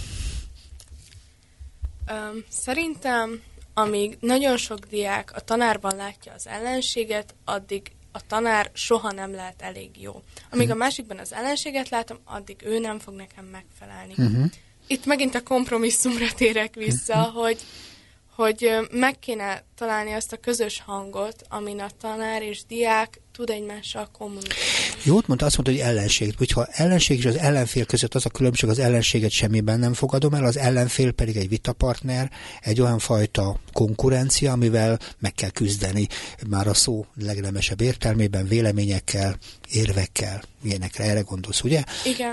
Szerintem, amíg nagyon sok diák a tanárban látja az ellenséget, addig a tanár soha nem lehet elég jó. Amíg a másikban az ellenséget látom, addig ő nem fog nekem megfelelni. Itt megint a kompromisszumra térek vissza, hogy meg kéne találni azt a közös hangot, amin a tanár és diák tud egymással kommunikálni. Jót mondta, azt mondta, hogy ellenség. Hogyha ellenség és az ellenfél között az a különbség, az ellenséget semmiben nem fogadom el, az ellenfél pedig egy vitapartner, egy olyan fajta konkurencia, amivel meg kell küzdeni. Már a szó legnemesebb értelmében, véleményekkel, érvekkel, ilyenekre, erre gondolsz, ugye? Igen.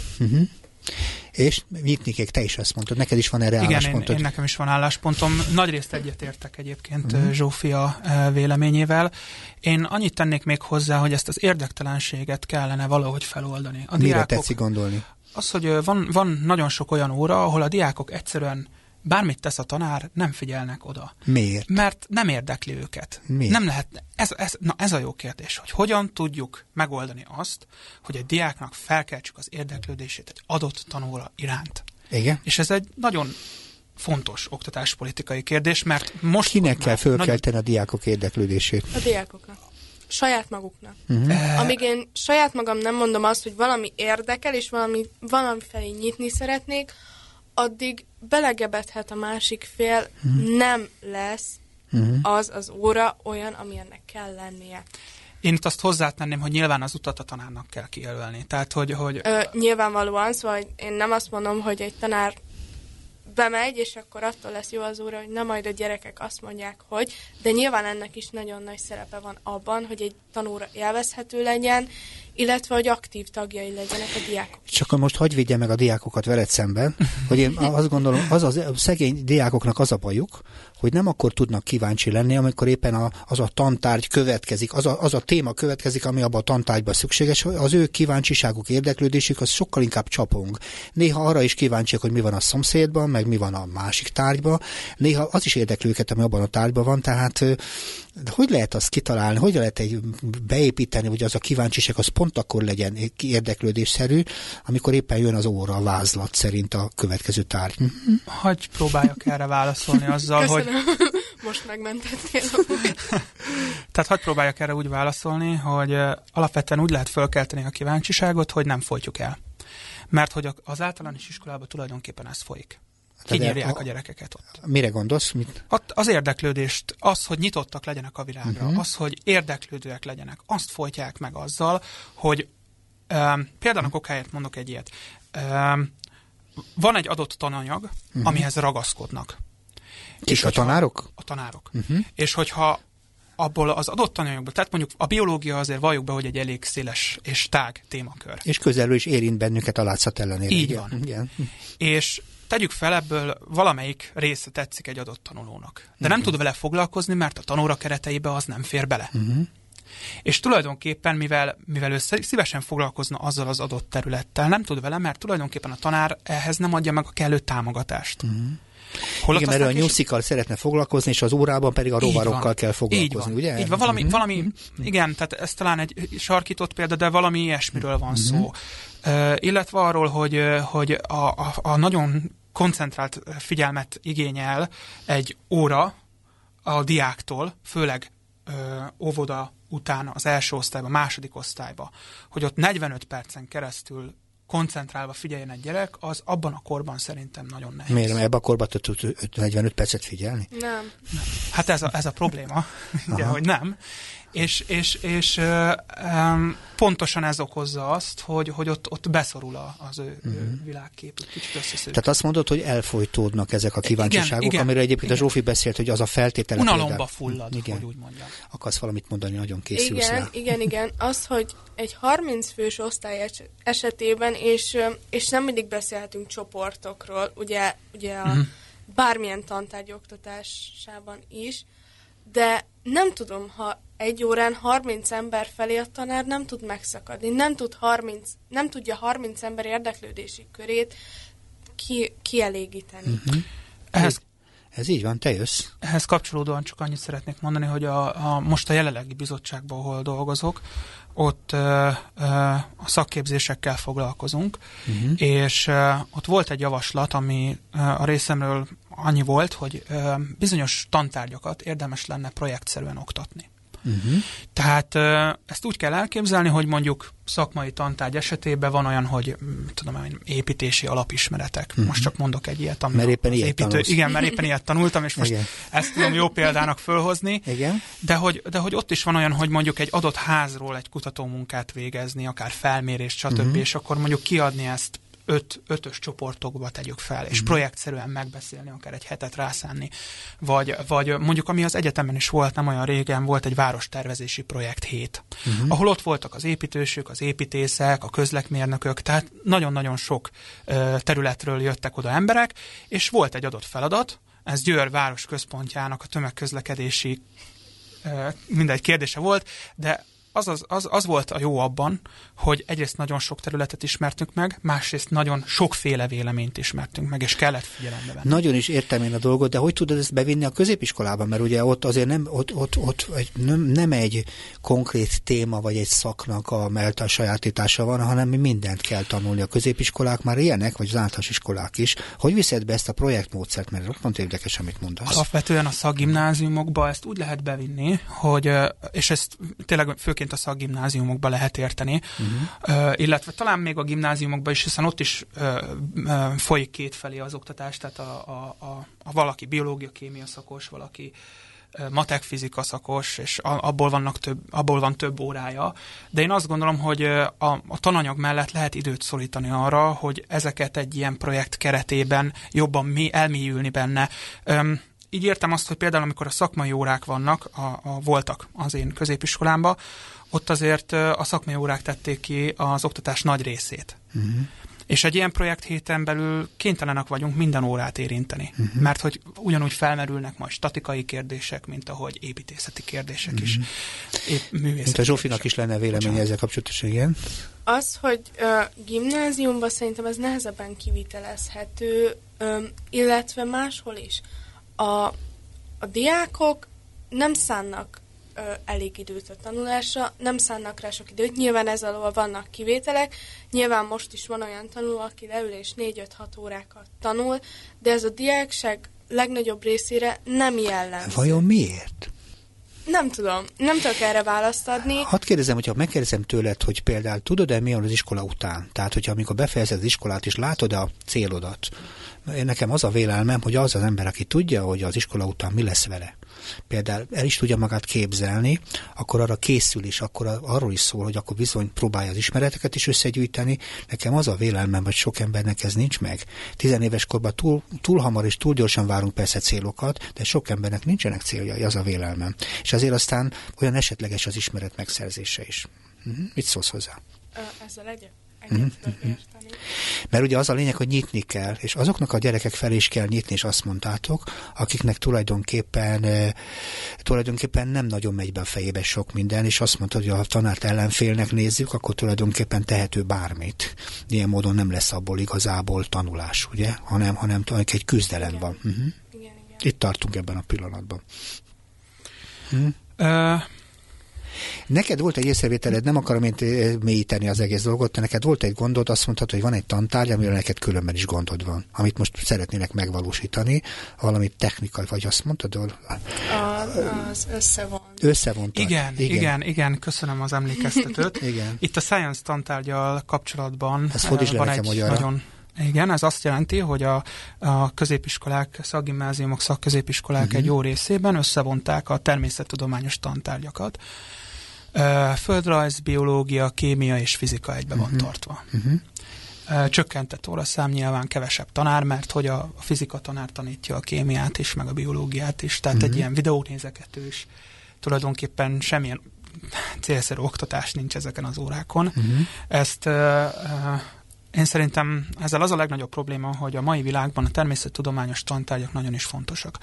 És Nyitnikék, te is ezt mondtad, neked is van erre álláspontod? Igen, én nekem is van álláspontom. Nagyrészt egyetértek egyébként Zsófia véleményével. Én annyit tennék még hozzá, hogy ezt az érdektelenséget kellene valahogy feloldani. Mire tetszik gondolni? Az, hogy van nagyon sok olyan óra, ahol a diákok egyszerűen bármit tesz a tanár, nem figyelnek oda. Miért? Mert nem érdekli őket. Miért? Nem lehet. Ez a jó kérdés, hogy hogyan tudjuk megoldani azt, hogy egy diáknak felkeltsük az érdeklődését egy adott tanóra iránt. Igen? És ez egy nagyon fontos oktatáspolitikai kérdés, mert most... Kinek kell fölkelteni a diákok érdeklődését? A diákoknak. Saját maguknak. Amíg én saját magam nem mondom azt, hogy valami érdekel, és valami felé nyitni szeretnék, addig belegebedhet a másik fél, nem lesz az óra olyan, ami ennek kell lennie. Én itt azt hozzátenném, hogy nyilván az utat a tanárnak kell kijelölni. Tehát, hogy... Nyilvánvalóan, szóval én nem azt mondom, hogy egy tanár bemegy, és akkor attól lesz jó az óra, hogy na majd a gyerekek azt mondják, hogy, de nyilván ennek is nagyon nagy szerepe van abban, hogy egy tanóra élvezhető legyen, illetve hogy aktív tagjai legyenek a diákok. Csak most hagyj vigye meg a diákokat veled szemben, hogy én azt gondolom, a szegény diákoknak az a bajuk, hogy nem akkor tudnak kíváncsi lenni, amikor éppen az a tantárgy következik, az a téma következik, ami abban a tantárgyban szükséges, az ő kíváncsiságuk, érdeklődésük az sokkal inkább csapong. Néha arra is kíváncsiak, hogy mi van a szomszédban, meg mi van a másik tárgyban. Néha az is érdekli őket, ami abban a tárgyban van, tehát de hogy lehet azt kitalálni, hogy lehet beépíteni, hogy az a kíváncsiság az pont akkor legyen érdeklődésszerű, amikor éppen jön az óra, a vázlat szerint a következő tárgy. Hagy próbáljak erre válaszolni azzal, Köszönöm. hogy... Most megmentettél. Tehát hadd próbáljak erre úgy válaszolni, hogy alapvetően úgy lehet fölkelteni a kíváncsiságot, hogy nem folytjuk el. Mert hogy az általános iskolában tulajdonképpen ez folyik. Kinyírják a gyerekeket ott. Mire gondolsz? Az érdeklődést, az, hogy nyitottak legyenek a világra, az, hogy érdeklődőek legyenek, azt folytják meg azzal, hogy például a kokáért mondok egy ilyet. Van egy adott tananyag, amihez ragaszkodnak. És a tanárok? A tanárok. És hogyha abból az adott tananyagból, tehát mondjuk a biológia azért valljuk be, hogy egy elég széles és tág témakör. És közelről is érint bennünket a látszat ellenére. Így van. Igen. És tegyük fel, ebből valamelyik része tetszik egy adott tanulónak. De nem tud vele foglalkozni, mert a tanóra kereteibe az nem fér bele. És tulajdonképpen, mivel ő szívesen foglalkozna azzal az adott területtel, nem tud vele, mert tulajdonképpen a tanár ehhez nem adja meg a kellő támogatást. Igen, mert a nyuszikkal szeretne foglalkozni, és az órában pedig a rovarokkal kell foglalkozni, ugye? Így van, valami igen, tehát ez talán egy sarkított példa, de valami ilyesmiről van szó. Illetve arról, hogy a nagyon koncentrált figyelmet igényel egy óra a diáktól, főleg óvoda után az első osztályba, második osztályba, hogy ott 45 percen keresztül koncentrálva figyeljen egy gyerek, az abban a korban szerintem nagyon nehéz. Miért? Ebben a korban tud 45 percet figyelni? Nem. Hát ez a probléma, ugye, hogy nem. És pontosan ez okozza azt, hogy ott beszorul az ő világképük, kicsit összeszorul. Tehát azt mondod, hogy elfolytódnak ezek a kíváncsiságok, amire egyébként a Zsófi beszélt, hogy az a feltétele. Unalomba fullad, hogy úgy mondjam. Akarsz valamit mondani, nagyon készülsz rá. Igen. Az, hogy egy 30 fős osztály esetében, és nem mindig beszélhetünk csoportokról, ugye a bármilyen tantárgy oktatásában is, de nem tudom, ha egy órán 30 ember felé a tanár nem tud megszakadni, nem tudja 30 ember érdeklődési körét kielégíteni. Ez így van, te jössz. Ehhez kapcsolódóan csak annyit szeretnék mondani, hogy most a jelenlegi bizottságban, ahol dolgozok, ott a szakképzésekkel foglalkozunk, és ott volt egy javaslat, ami a részemről annyi volt, hogy bizonyos tantárgyakat érdemes lenne projektszerűen oktatni. Tehát ezt úgy kell elképzelni, hogy mondjuk szakmai tantárgy esetében van olyan, hogy építési alapismeretek. Most csak mondok egy ilyet. Mert éppen ilyet tanulsz. Igen, mert éppen ilyet tanultam, és most ezt tudom jó példának fölhozni. Igen. De hogy ott is van olyan, hogy mondjuk egy adott házról egy kutatómunkát végezni, akár felmérést, stb. És akkor mondjuk kiadni ezt ötös csoportokba tegyük fel, és projektszerűen megbeszélni, akár egy hetet rászánni. Vagy mondjuk, ami az egyetemen is volt, nem olyan régen, volt egy várostervezési projekt hét, ahol ott voltak az építősök, az építészek, a közlekmérnökök, tehát nagyon-nagyon sok területről jöttek oda emberek, és volt egy adott feladat, ez Győr város központjának a tömegközlekedési mindegy kérdése volt, de az volt a jó abban, hogy egyrészt nagyon sok területet ismertünk meg, másrészt nagyon sokféle véleményt ismertünk meg, és kellett figyelembe venni. Nagyon is értem én a dolgot, de hogy tudod ezt bevinni a középiskolában? Mert ugye ott azért nem egy konkrét téma, vagy egy szaknak a sajátítása van, hanem mindent kell tanulni. A középiskolák már ilyenek, vagy az általános iskolák is. Hogy viszed be ezt a projektmódszert? Mert roppant érdekes, amit mondasz. Alapvetően a szakgimnáziumokba ezt úgy lehet bevinni, hogy, és ezt tényleg főként a szakgimnáziumokba lehet érteni, illetve talán még a gimnáziumokban is, hiszen ott is folyik kétfelé az oktatás, tehát a valaki biológia-kémia szakos, valaki matek-fizika szakos, és abból van több órája. De én azt gondolom, hogy a tananyag mellett lehet időt szorítani arra, hogy ezeket egy ilyen projekt keretében jobban elmélyülni benne. Így értem azt, hogy például amikor a szakmai órák voltak az én középiskolámban, ott azért a szakmai órák tették ki az oktatás nagy részét. És egy ilyen projekt héten belül kénytelenek vagyunk minden órát érinteni, mert hogy ugyanúgy felmerülnek majd statikai kérdések, mint ahogy építészeti kérdések is. Művészeti mint a Zsófinak is lenne véleménye ezzel kapcsolatosan, igen. Az, hogy gimnáziumban szerintem ez nehezebben kivitelezhető, illetve máshol is. A diákok nem szánnak elég időt a tanulásra, nem szánnak rá sok időt, nyilván ez alól vannak kivételek, nyilván most is van olyan tanuló, aki leül és 4-5-6 órákat tanul, de ez a diákság legnagyobb részére nem jellemző. Vajon miért? Nem tudom, nem tudok erre választ adni. Hadd kérdezem, hogyha megkérdezem tőled, hogy például tudod-e mi van az iskola után? Tehát, hogyha amikor befejezed az iskolát és látod-e a célodat? Nekem az a vélelmem, hogy az az ember, aki tudja, hogy az iskola után mi lesz vele, például el is tudja magát képzelni, akkor arra készül is, akkor arról is szól, hogy akkor bizony próbálja az ismereteket is összegyűjteni. Nekem az a vélelmem, hogy sok embernek ez nincs meg. 10 éves korban túl hamar és túl gyorsan várunk persze célokat, de sok embernek nincsenek céljai, az a vélelmem. És azért aztán olyan esetleges az ismeret megszerzése is. Mit szólsz hozzá? Ezzel egyet tudok érteni. Mert ugye az a lényeg, hogy nyitni kell, és azoknak a gyerekek felé is kell nyitni, és azt mondtátok, akiknek tulajdonképpen nem nagyon megy be a fejébe sok minden, és azt mondtad, hogy ha a tanárt ellenfélnek nézzük, akkor tulajdonképpen tehető bármit. Ilyen módon nem lesz abból igazából tanulás, ugye? Hanem tulajdonképpen egy küzdelem van. Igen. Itt tartunk ebben a pillanatban. Neked volt egy észrevételed, nem akarom én mélyíteni az egész dolgot, de neked volt egy gondod, azt mondtad, hogy van egy tantárgy, amire neked különben is gondod van, amit most szeretnének megvalósítani, valami technikai, vagy azt mondtad? Az összevont. Összevontad. Igen, köszönöm az emlékeztetőt. Igen. Itt a Science tantárgyal kapcsolatban ez hogy is van nekem egy magyarra? nagyon... Igen, ez azt jelenti, hogy a középiskolák, szakgimnáziumok, szakközépiskolák egy jó részében összevonták a természettudományos tantárgyakat. Földrajz, biológia, kémia és fizika egybe van tartva. Csökkentett óraszám, nyilván kevesebb tanár, mert hogy a fizika tanár tanítja a kémiát is, meg a biológiát is, tehát egy ilyen videónézegető is. Tulajdonképpen semmilyen célszerű oktatás nincs ezeken az órákon. Ezt én szerintem ezzel az a legnagyobb probléma, hogy a mai világban a természettudományos tantárgyak nagyon is fontosak.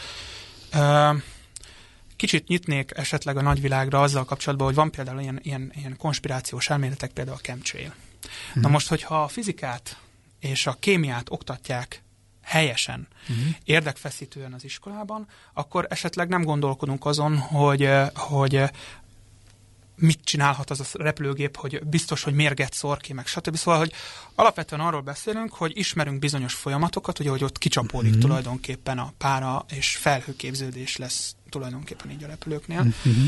Kicsit nyitnék esetleg a nagyvilágra azzal kapcsolatban, hogy van például ilyen konspirációs elméletek, például a chemtrail. Na most, hogyha a fizikát és a kémiát oktatják helyesen, érdekfeszítően az iskolában, akkor esetleg nem gondolkodunk azon, hogy mit csinálhat az a repülőgép, hogy biztos, hogy mérget szór ki, meg stb. Szóval, hogy alapvetően arról beszélünk, hogy ismerünk bizonyos folyamatokat, ugye, hogy ott kicsapódik tulajdonképpen a pára, és felhőképződés lesz tulajdonképpen így a repülőknél.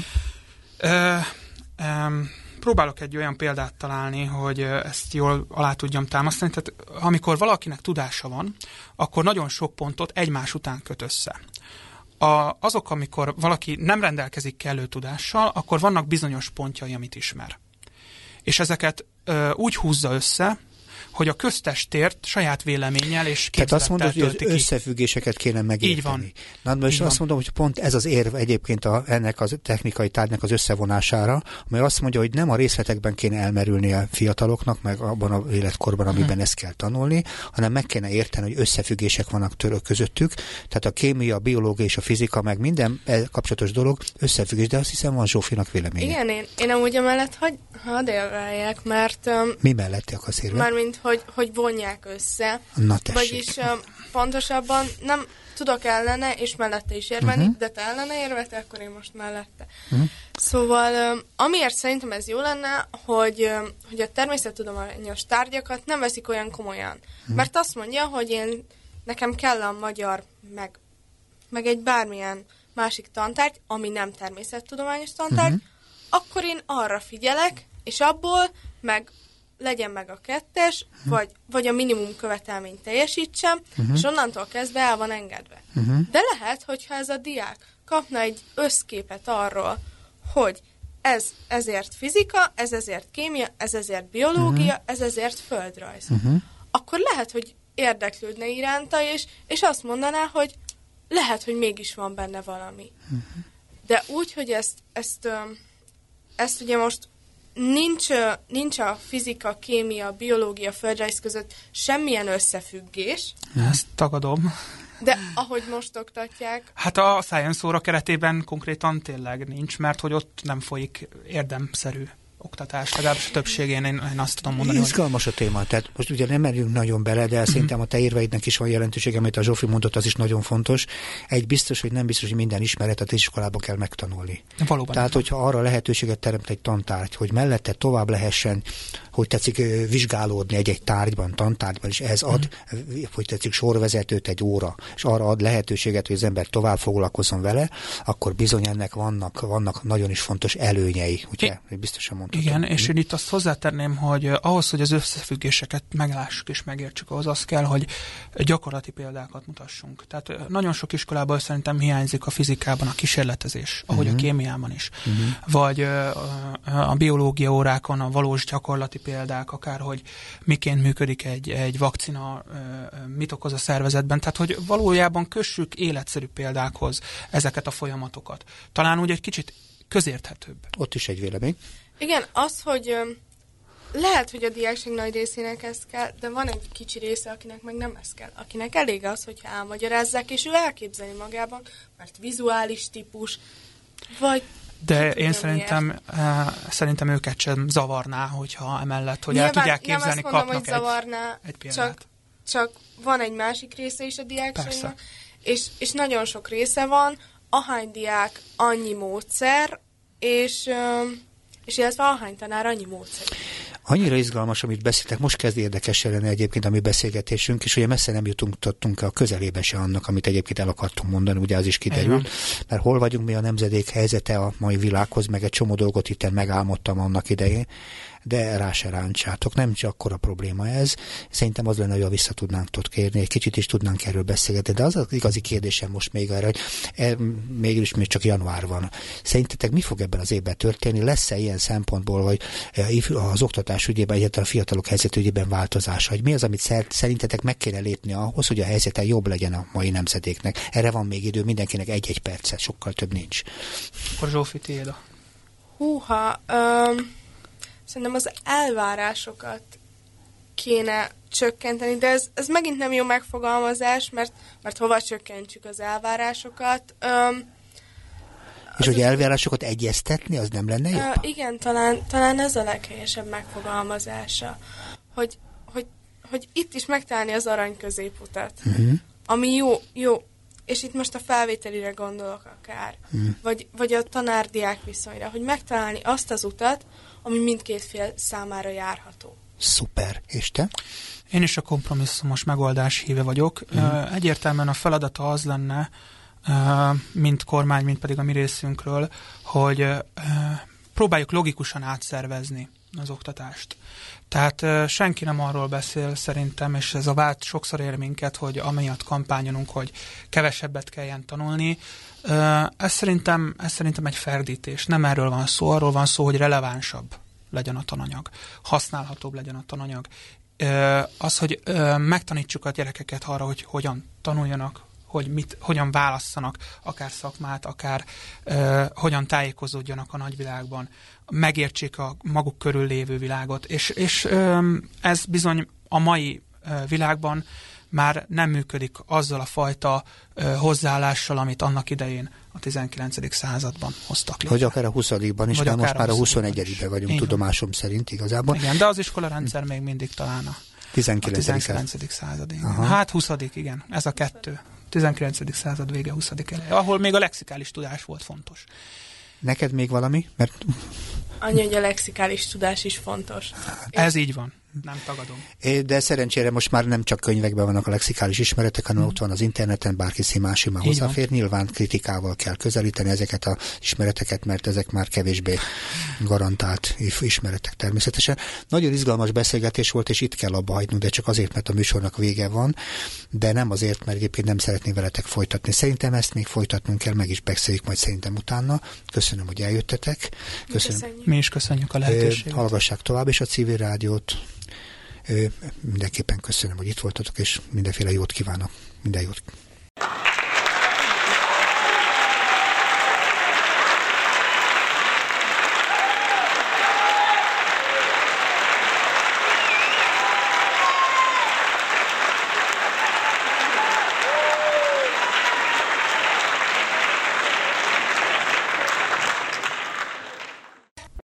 Próbálok egy olyan példát találni, hogy ezt jól alá tudjam támasztani. Tehát amikor valakinek tudása van, akkor nagyon sok pontot egymás után köt össze. Azok, amikor valaki nem rendelkezik kellő tudással, akkor vannak bizonyos pontjai, amit ismer. És ezeket úgy húzza össze, hogy a köztes tért saját véleménnyel és képzelettel tölti ki. Tehát azt mondod, hogy az összefüggéseket kéne megérteni. Így van. Na, most azt mondom, hogy pont ez az érv egyébként ennek a technikai tárgynak az összevonására, amely azt mondja, hogy nem a részletekben kéne elmerülni a fiataloknak, meg abban a életkorban, amiben ezt kell tanulni, hanem meg kéne érteni, hogy összefüggések vannak közöttük. Tehát a kémia, a biológia és a fizika, meg minden kapcsolatos dolog összefüggés, de azt hiszem van Zsófinak véleménye. Igen, én amúgy amellett hadd érveljek, mert... Mi mellett akarsz érvelni? Mármint, hogy vonják össze. Na tessék. Vagyis pontosabban nem tudok ellene, és mellette is érvelni, de te ellene érvelte, akkor én most mellette. Szóval, amiért szerintem ez jó lenne, hogy a természettudományos tárgyakat nem veszik olyan komolyan. Mert azt mondja, hogy nekem kell a magyar, meg egy bármilyen másik tantárgy, ami nem természettudományos tantárgy, akkor én arra figyelek, és abból legyen meg a 2-es, vagy a minimum követelményt teljesítsem, és onnantól kezdve el van engedve. De lehet, hogyha ez a diák kapna egy összképet arról, hogy ez ezért fizika, ez ezért kémia, ez ezért biológia, ez ezért földrajz. Akkor lehet, hogy érdeklődne iránta, és azt mondaná, hogy lehet, hogy mégis van benne valami. De úgy, hogy ezt ugye most nincs a fizika, kémia, biológia, földrajz között semmilyen összefüggés. Ezt tagadom. De ahogy most oktatják... Hát a Science óra keretében konkrétan tényleg nincs, mert hogy ott nem folyik érdemszerű oktatás, legalábbis a többségén én azt tudom mondani. Izgalmas a téma, tehát most ugye nem merjünk nagyon bele, de szerintem a te érveidnek is van jelentősége, amit a Zsófi mondott, az is nagyon fontos. Egy biztos, hogy nem biztos, hogy minden ismeretet iskolában kell megtanulni. Valóban. Tehát, hogyha arra lehetőséget teremt egy tantárgy, hogy mellette tovább lehessen, hogy tetszik vizsgálódni egy tárgyban, tantárgyban, és ez ad, hogy tetszik sorvezetőt egy óra, és arra ad lehetőséget, hogy az ember tovább foglalkozzon vele, akkor bizony ennek vannak nagyon is fontos előnyei, ugye? Biztosan mondhatom. Igen, és én itt azt hozzátenném, hogy ahhoz, hogy az összefüggéseket meglássuk és megértsük, ahhoz az kell, hogy gyakorlati példákat mutassunk. Tehát nagyon sok iskolában szerintem hiányzik a fizikában a kísérletezés, ahogy a kémiában is. Vagy a biológia órákon a valós gyakorlati példák, akár hogy miként működik egy vakcina, mit okoz a szervezetben. Tehát, hogy valójában kössük életszerű példákhoz ezeket a folyamatokat. Talán úgy egy kicsit közérthetőbb. Ott is egy vélemény. Igen, az, hogy lehet, hogy a diákség nagy részének ez kell, de van egy kicsi része, akinek meg nem ez kell. Akinek elég az, hogyha elmagyarázzák, és ő elképzeli magában, mert vizuális típus, vagy... De én szerintem őket sem zavarná, hogyha emellett, hogy nyilván, el tudják képzelni, nem azt mondom, kapnak hogy zavarná, egy példát. Csak van egy másik része is a diákségnek, és nagyon sok része van, ahány diák, annyi módszer, és illetve ahány tanár, annyi módszer. Annyira izgalmas, amit beszéltek, most kezd érdekes lenni egyébként a mi beszélgetésünk, és ugye messze nem jutottunk a közelébe se annak, amit egyébként el akartunk mondani, ugye az is kiderült, mert hol vagyunk mi a nemzedék helyzete a mai világhoz, meg egy csomó dolgot itt megálmodtam annak idején, de rá se ráncsátok. Nem csak akkora probléma ez. Szerintem az lenne, hogy vissza tudnánk kérni, egy kicsit is tudnánk erről beszélgetni, de az az igazi kérdésem most még arra, hogy mégis még csak január van. Szerintetek mi fog ebben az évben történni? Lesz-e ilyen szempontból, vagy az oktatás ügyében, egyáltalán a fiatalok helyzet ügyében változás? Vagy mi az, amit szerintetek meg kéne lépni ahhoz, hogy a helyzete jobb legyen a mai nemzedéknek? Erre van még idő, mindenkinek egy-egy percet, sokkal több nincs. Akkor Zsófi, tiéd a... Szerintem az elvárásokat kéne csökkenteni, de ez megint nem jó megfogalmazás, mert hova csökkentjük az elvárásokat. És hogy elvárásokat egyeztetni, az nem lenne jobb? Igen, talán ez a leghelyesebb megfogalmazása, hogy itt is megtalálni az arany középutat, ami jó, és itt most a felvételire gondolok akár, vagy a tanár-diák viszonyra, hogy megtalálni azt az utat, ami mindkét fél számára járható. Szuper. És te? Én is a kompromisszumos megoldás híve vagyok. Egyértelműen a feladata az lenne, mint kormány, mint pedig a mi részünkről, hogy próbáljuk logikusan átszervezni az oktatást. Tehát senki nem arról beszél szerintem, és ez a vált sokszor ér minket, hogy amiatt kampányolunk, hogy kevesebbet kelljen tanulni. Ez szerintem egy ferdítés. Nem erről van szó, arról van szó, hogy relevánsabb legyen a tananyag, használhatóbb legyen a tananyag. Az, hogy megtanítsuk a gyerekeket arra, hogy hogyan tanuljanak, hogy hogyan válasszanak, akár szakmát, akár hogyan tájékozódjanak a nagyvilágban, megértsék a maguk körül lévő világot, és ez bizony a mai világban már nem működik azzal a fajta hozzáállással, amit annak idején a 19. században hoztak létre. Vagy akár a 20-ban is, mert most már a 21-ben vagyunk, tudomásom szerint igazából. Igen, de az iskolarendszer még mindig talán a 19. század. Hát 20. igen, ez a kettő. 19. század vége, 20. eleje, ahol még a lexikális tudás volt fontos. Neked még valami? Mert... Annyi, hogy a lexikális tudás is fontos. Ez így van. Nem tagadom. De szerencsére most már nem csak könyvekben vannak a lexikális ismeretek, hanem ott van az interneten, bárki simán hozzáfér. Nyilván kritikával kell közelíteni ezeket az ismereteket, mert ezek már kevésbé garantált ismeretek természetesen. Nagyon izgalmas beszélgetés volt, és itt kell abba hagynunk, de csak azért, mert a műsornak vége van, de nem azért, mert egyébként nem szeretném veletek folytatni. Szerintem ezt még folytatnunk kell, meg is beszéljük majd szerintem utána. Köszönöm, hogy eljöttetek. Mi is köszönjük a lehetőséget. Hallgassák tovább is a civil rádiót. Mindenképpen köszönöm, hogy itt voltatok, és mindenféle jót kívánok. Minden jót.